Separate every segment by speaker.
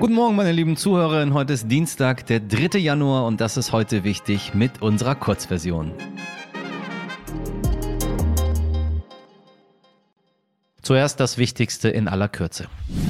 Speaker 1: Guten Morgen, meine lieben Zuhörerinnen. Heute ist Dienstag, der 3. Januar und das ist heute wichtig mit unserer Kurzversion. Zuerst das Wichtigste in aller Kürze.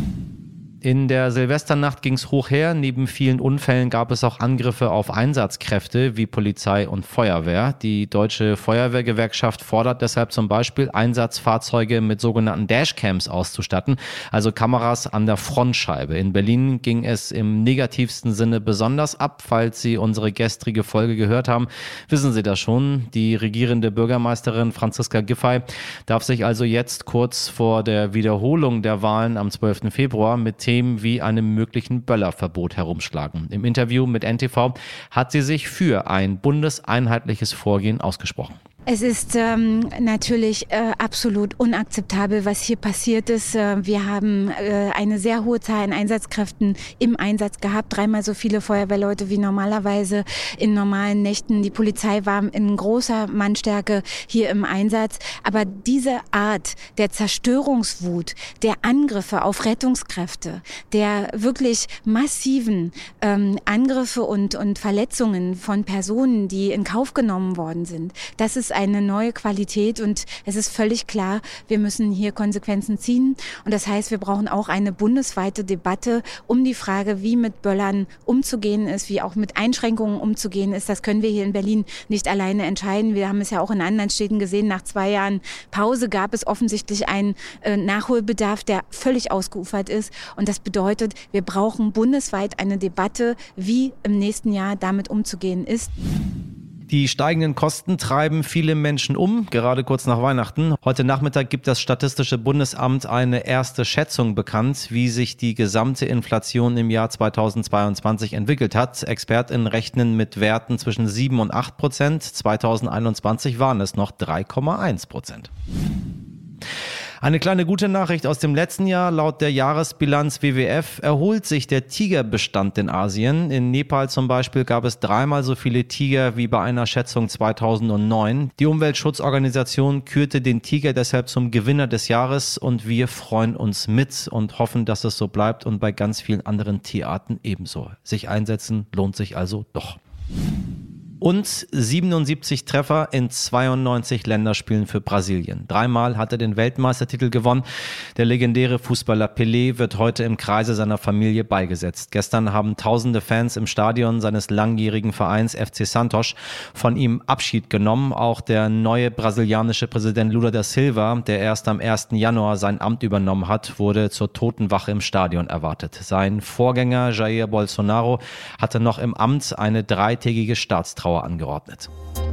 Speaker 1: In der Silvesternacht ging's hoch her. Neben vielen Unfällen gab es auch Angriffe auf Einsatzkräfte wie Polizei und Feuerwehr. Die Deutsche Feuerwehrgewerkschaft fordert deshalb zum Beispiel, Einsatzfahrzeuge mit sogenannten Dashcams auszustatten, also Kameras an der Frontscheibe. In Berlin ging es im negativsten Sinne besonders ab. Falls Sie unsere gestrige Folge gehört haben, wissen Sie das schon. Die regierende Bürgermeisterin Franziska Giffey darf sich also jetzt kurz vor der Wiederholung der Wahlen am 12. Februar mit Themen wie einem möglichen Böllerverbot herumschlagen. Im Interview mit NTV hat sie sich für ein bundeseinheitliches Vorgehen ausgesprochen.
Speaker 2: Es ist natürlich absolut unakzeptabel, was hier passiert ist. Wir haben eine sehr hohe Zahl an Einsatzkräften im Einsatz gehabt. 3-mal so viele Feuerwehrleute wie normalerweise in normalen Nächten. Die Polizei war in großer Mannstärke hier im Einsatz. Aber diese Art der Zerstörungswut, der Angriffe auf Rettungskräfte, der wirklich massiven Angriffe und Verletzungen von Personen, die in Kauf genommen worden sind, das ist eine neue Qualität und es ist völlig klar, wir müssen hier Konsequenzen ziehen. Und das heißt, wir brauchen auch eine bundesweite Debatte um die Frage, wie mit Böllern umzugehen ist, wie auch mit Einschränkungen umzugehen ist. Das können wir hier in Berlin nicht alleine entscheiden. Wir haben es ja auch in anderen Städten gesehen. Nach 2 Jahren Pause gab es offensichtlich einen Nachholbedarf, der völlig ausgeufert ist. Und das bedeutet, wir brauchen bundesweit eine Debatte, wie im nächsten Jahr damit umzugehen ist.
Speaker 1: Die steigenden Kosten treiben viele Menschen um, gerade kurz nach Weihnachten. Heute Nachmittag gibt das Statistische Bundesamt eine erste Schätzung bekannt, wie sich die gesamte Inflation im Jahr 2022 entwickelt hat. ExpertInnen rechnen mit Werten zwischen 7 und 8%. 2021 waren es noch 3,1%. Eine kleine gute Nachricht aus dem letzten Jahr. Laut der Jahresbilanz WWF erholt sich der Tigerbestand in Asien. In Nepal zum Beispiel gab es 3-mal so viele Tiger wie bei einer Schätzung 2009. Die Umweltschutzorganisation kürte den Tiger deshalb zum Gewinner des Jahres und wir freuen uns mit und hoffen, dass es so bleibt und bei ganz vielen anderen Tierarten ebenso. Sich einsetzen lohnt sich also doch. Und 77 Treffer in 92 Länderspielen für Brasilien. 3-mal hat er den Weltmeistertitel gewonnen. Der legendäre Fußballer Pelé wird heute im Kreise seiner Familie beigesetzt. Gestern haben tausende Fans im Stadion seines langjährigen Vereins FC Santos von ihm Abschied genommen. Auch der neue brasilianische Präsident Lula da Silva, der erst am 1. Januar sein Amt übernommen hat, wurde zur Totenwache im Stadion erwartet. Sein Vorgänger Jair Bolsonaro hatte noch im Amt eine 3-tägige Staatstrauer angeordnet.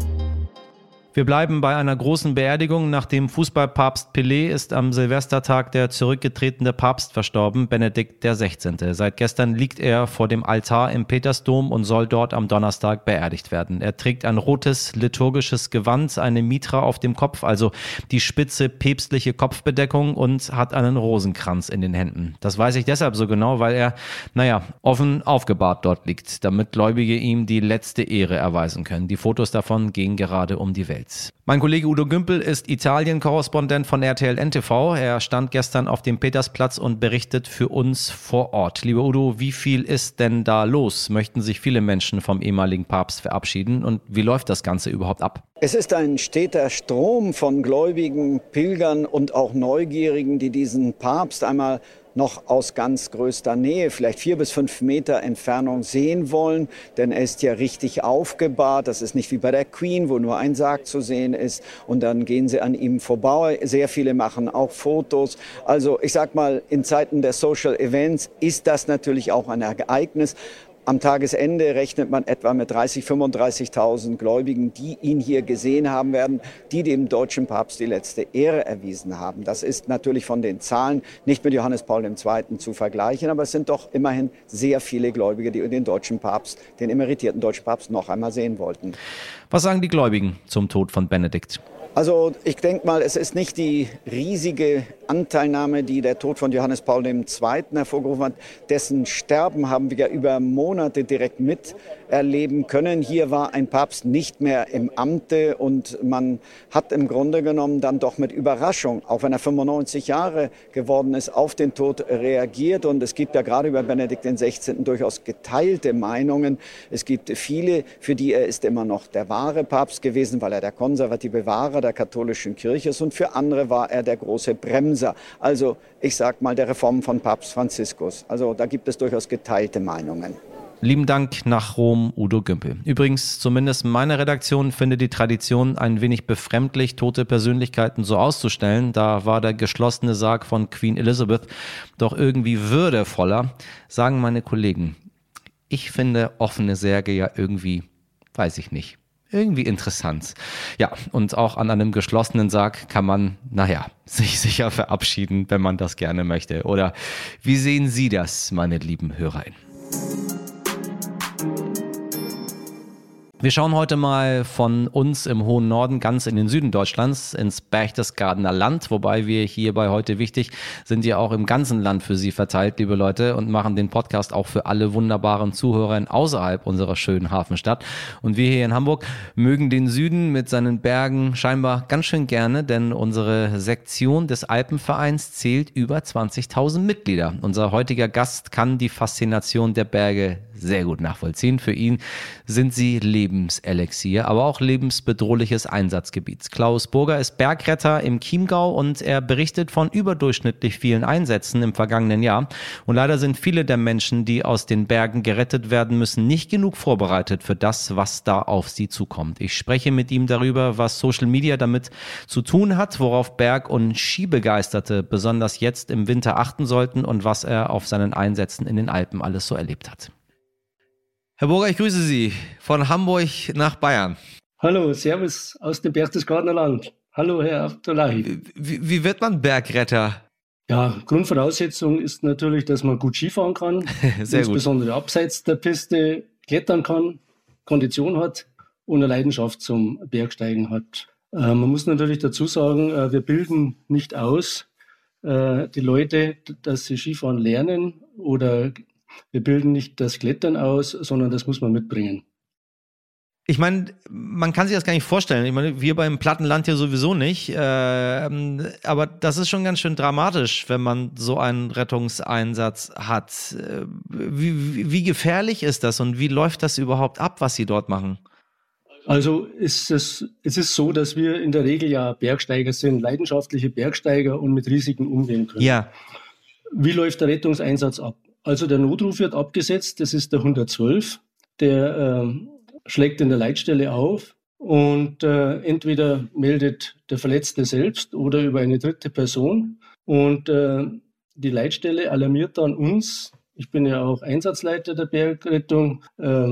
Speaker 1: Wir bleiben bei einer großen Beerdigung. Nach dem Fußballpapst Pelé ist am Silvestertag der zurückgetretene Papst verstorben, Benedikt XVI. Seit gestern liegt er vor dem Altar im Petersdom und soll dort am Donnerstag beerdigt werden. Er trägt ein rotes liturgisches Gewand, eine Mitra auf dem Kopf, also die spitze päpstliche Kopfbedeckung und hat einen Rosenkranz in den Händen. Das weiß ich deshalb so genau, weil er, offen aufgebahrt dort liegt, damit Gläubige ihm die letzte Ehre erweisen können. Die Fotos davon gehen gerade um die Welt. Mein Kollege Udo Gümpel ist Italien-Korrespondent von RTL NTV. Er stand gestern auf dem Petersplatz und berichtet für uns vor Ort. Lieber Udo, wie viel ist denn da los? Möchten sich viele Menschen vom ehemaligen Papst verabschieden? Und wie läuft das Ganze überhaupt ab?
Speaker 3: Es ist ein steter Strom von Gläubigen, Pilgern und auch Neugierigen, die diesen Papst einmal noch aus ganz größter Nähe, vielleicht 4 bis 5 Meter Entfernung sehen wollen, denn er ist ja richtig aufgebahrt. Das ist nicht wie bei der Queen, wo nur ein Sarg zu sehen ist und dann gehen sie an ihm vorbei. Sehr viele machen auch Fotos. Also ich sag mal, in Zeiten der Social Events ist das natürlich auch ein Ereignis. Am Tagesende rechnet man etwa mit 30.000, 35.000 Gläubigen, die ihn hier gesehen haben werden, die dem deutschen Papst die letzte Ehre erwiesen haben. Das ist natürlich von den Zahlen nicht mit Johannes Paul II. Zu vergleichen, aber es sind doch immerhin sehr viele Gläubige, die den deutschen Papst, den emeritierten deutschen Papst, noch einmal sehen wollten.
Speaker 1: Was sagen die Gläubigen zum Tod von Benedikt?
Speaker 3: Also ich denke mal, es ist nicht die riesige Anteilnahme, die der Tod von Johannes Paul II. Hervorgerufen hat. Dessen Sterben haben wir über Monate direkt miterleben können. Hier war ein Papst nicht mehr im Amte und man hat im Grunde genommen dann doch mit Überraschung, auch wenn er 95 Jahre geworden ist, auf den Tod reagiert. Und es gibt ja gerade über Benedikt XVI. Durchaus geteilte Meinungen. Es gibt viele, für die er ist immer noch der wahre Papst gewesen, weil er der konservative Wahrer der katholischen Kirche ist. Und für andere war er der große Bremser. Also ich sag mal der Reform von Papst Franziskus. Also da gibt es durchaus geteilte Meinungen.
Speaker 1: Lieben Dank nach Rom, Udo Gümpel. Übrigens, zumindest meine Redaktion findet die Tradition ein wenig befremdlich, tote Persönlichkeiten so auszustellen. Da war der geschlossene Sarg von Queen Elizabeth doch irgendwie würdevoller, sagen meine Kollegen. Ich finde offene Särge ja irgendwie, weiß ich nicht, irgendwie interessant. Ja, und auch an einem geschlossenen Sarg kann man, sich sicher verabschieden, wenn man das gerne möchte. Oder wie sehen Sie das, meine lieben HörerInnen? Wir schauen heute mal von uns im hohen Norden ganz in den Süden Deutschlands, ins Berchtesgadener Land, wobei wir hier bei Heute Wichtig sind ja auch im ganzen Land für Sie verteilt, liebe Leute, und machen den Podcast auch für alle wunderbaren Zuhörer außerhalb unserer schönen Hafenstadt. Und wir hier in Hamburg mögen den Süden mit seinen Bergen scheinbar ganz schön gerne, denn unsere Sektion des Alpenvereins zählt über 20.000 Mitglieder. Unser heutiger Gast kann die Faszination der Berge sehr gut nachvollziehen. Für ihn sind sie Lebenselixier, aber auch lebensbedrohliches Einsatzgebiet. Klaus Burger ist Bergretter im Chiemgau und er berichtet von überdurchschnittlich vielen Einsätzen im vergangenen Jahr. Und leider sind viele der Menschen, die aus den Bergen gerettet werden müssen, nicht genug vorbereitet für das, was da auf sie zukommt. Ich spreche mit ihm darüber, was Social Media damit zu tun hat, worauf Berg- und Skibegeisterte besonders jetzt im Winter achten sollten und was er auf seinen Einsätzen in den Alpen alles so erlebt hat. Herr Burger, ich grüße Sie von Hamburg nach Bayern.
Speaker 4: Hallo, servus aus dem Berchtesgadener Land. Hallo, Herr Abdullahi.
Speaker 1: Wie wird man Bergretter?
Speaker 4: Ja, Grundvoraussetzung ist natürlich, dass man gut Skifahren kann,
Speaker 1: Sehr
Speaker 4: insbesondere
Speaker 1: gut.
Speaker 4: Abseits der Piste klettern kann, Kondition hat und eine Leidenschaft zum Bergsteigen hat. Man muss natürlich dazu sagen, wir bilden nicht aus die Leute, dass sie Skifahren lernen, oder wir bilden nicht das Klettern aus, sondern das muss man mitbringen.
Speaker 1: Ich meine, man kann sich das gar nicht vorstellen. Ich meine, wir beim Plattenland ja sowieso nicht. Aber das ist schon ganz schön dramatisch, wenn man so einen Rettungseinsatz hat. Wie gefährlich ist das und wie läuft das überhaupt ab, was Sie dort machen?
Speaker 4: Also es ist so, dass wir in der Regel ja Bergsteiger sind, leidenschaftliche Bergsteiger und mit Risiken umgehen können.
Speaker 1: Ja.
Speaker 4: Wie läuft der Rettungseinsatz ab? Also der Notruf wird abgesetzt, das ist der 112, der schlägt in der Leitstelle auf und entweder meldet der Verletzte selbst oder über eine dritte Person und die Leitstelle alarmiert dann uns, ich bin ja auch Einsatzleiter der Bergrettung,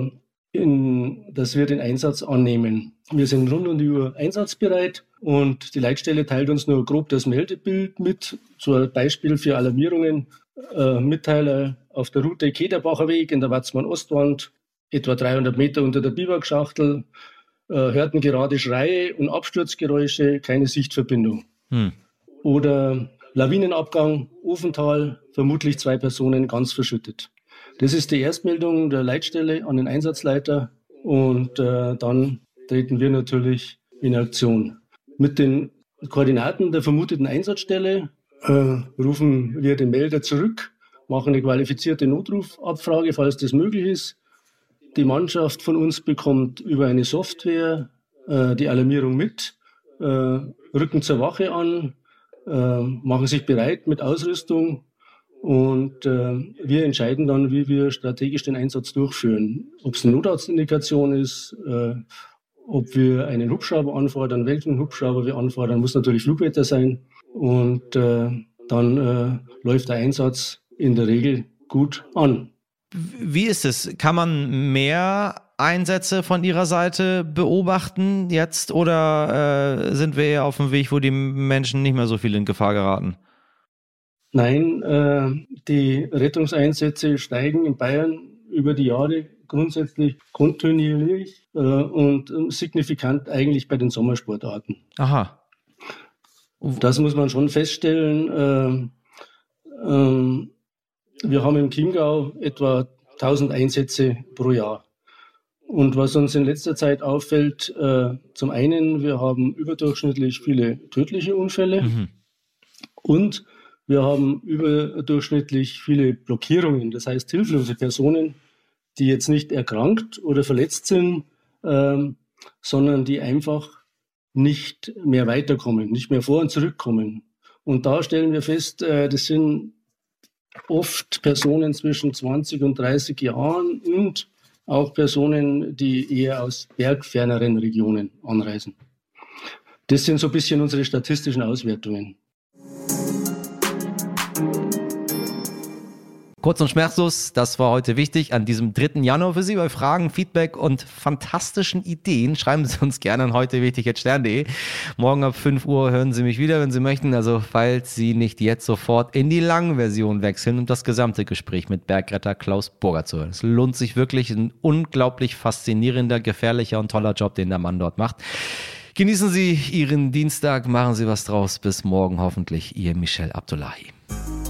Speaker 4: dass wir den Einsatz annehmen. Wir sind rund um die Uhr einsatzbereit und die Leitstelle teilt uns nur grob das Meldebild mit, so ein Beispiel für Alarmierungen. Mitteiler auf der Route Kederbacher Weg in der Watzmann-Ostwand, etwa 300 Meter unter der Biwakschachtel, hörten gerade Schreie und Absturzgeräusche, keine Sichtverbindung. Oder Lawinenabgang, Ofental, vermutlich 2 Personen ganz verschüttet. Das ist die Erstmeldung der Leitstelle an den Einsatzleiter und dann treten wir natürlich in Aktion. Mit den Koordinaten der vermuteten Einsatzstelle rufen wir den Melder zurück, machen eine qualifizierte Notrufabfrage, falls das möglich ist. Die Mannschaft von uns bekommt über eine Software die Alarmierung mit, rücken zur Wache an, machen sich bereit mit Ausrüstung und wir entscheiden dann, wie wir strategisch den Einsatz durchführen. Ob es eine Notarztindikation ist, ob wir einen Hubschrauber anfordern, welchen Hubschrauber wir anfordern, muss natürlich Flugwetter sein. Und dann läuft der Einsatz in der Regel gut an.
Speaker 1: Wie ist es? Kann man mehr Einsätze von Ihrer Seite beobachten jetzt oder sind wir eher auf dem Weg, wo die Menschen nicht mehr so viel in Gefahr geraten?
Speaker 4: Nein, die Rettungseinsätze steigen in Bayern über die Jahre grundsätzlich kontinuierlich und signifikant eigentlich bei den Sommersportarten.
Speaker 1: Aha.
Speaker 4: Das muss man schon feststellen. Wir haben im Chiemgau etwa 1000 Einsätze pro Jahr. Und was uns in letzter Zeit auffällt, zum einen, wir haben überdurchschnittlich viele tödliche Unfälle und wir haben überdurchschnittlich viele Blockierungen, das heißt hilflose Personen, die jetzt nicht erkrankt oder verletzt sind, sondern die einfach nicht mehr weiterkommen, nicht mehr vor und zurückkommen. Und da stellen wir fest, das sind oft Personen zwischen 20 und 30 Jahren und auch Personen, die eher aus bergferneren Regionen anreisen. Das sind so ein bisschen unsere statistischen Auswertungen.
Speaker 1: Kurz und schmerzlos, das war heute wichtig an diesem 3. Januar für Sie. Bei Fragen, Feedback und fantastischen Ideen schreiben Sie uns gerne an heutewichtig@stern.de. Morgen ab 5 Uhr hören Sie mich wieder, wenn Sie möchten. Also falls Sie nicht jetzt sofort in die lange Version wechseln und das gesamte Gespräch mit Bergretter Klaus Burger zu hören. Es lohnt sich wirklich, ein unglaublich faszinierender, gefährlicher und toller Job, den der Mann dort macht. Genießen Sie Ihren Dienstag, machen Sie was draus. Bis morgen hoffentlich, Ihr Michel Abdullahi.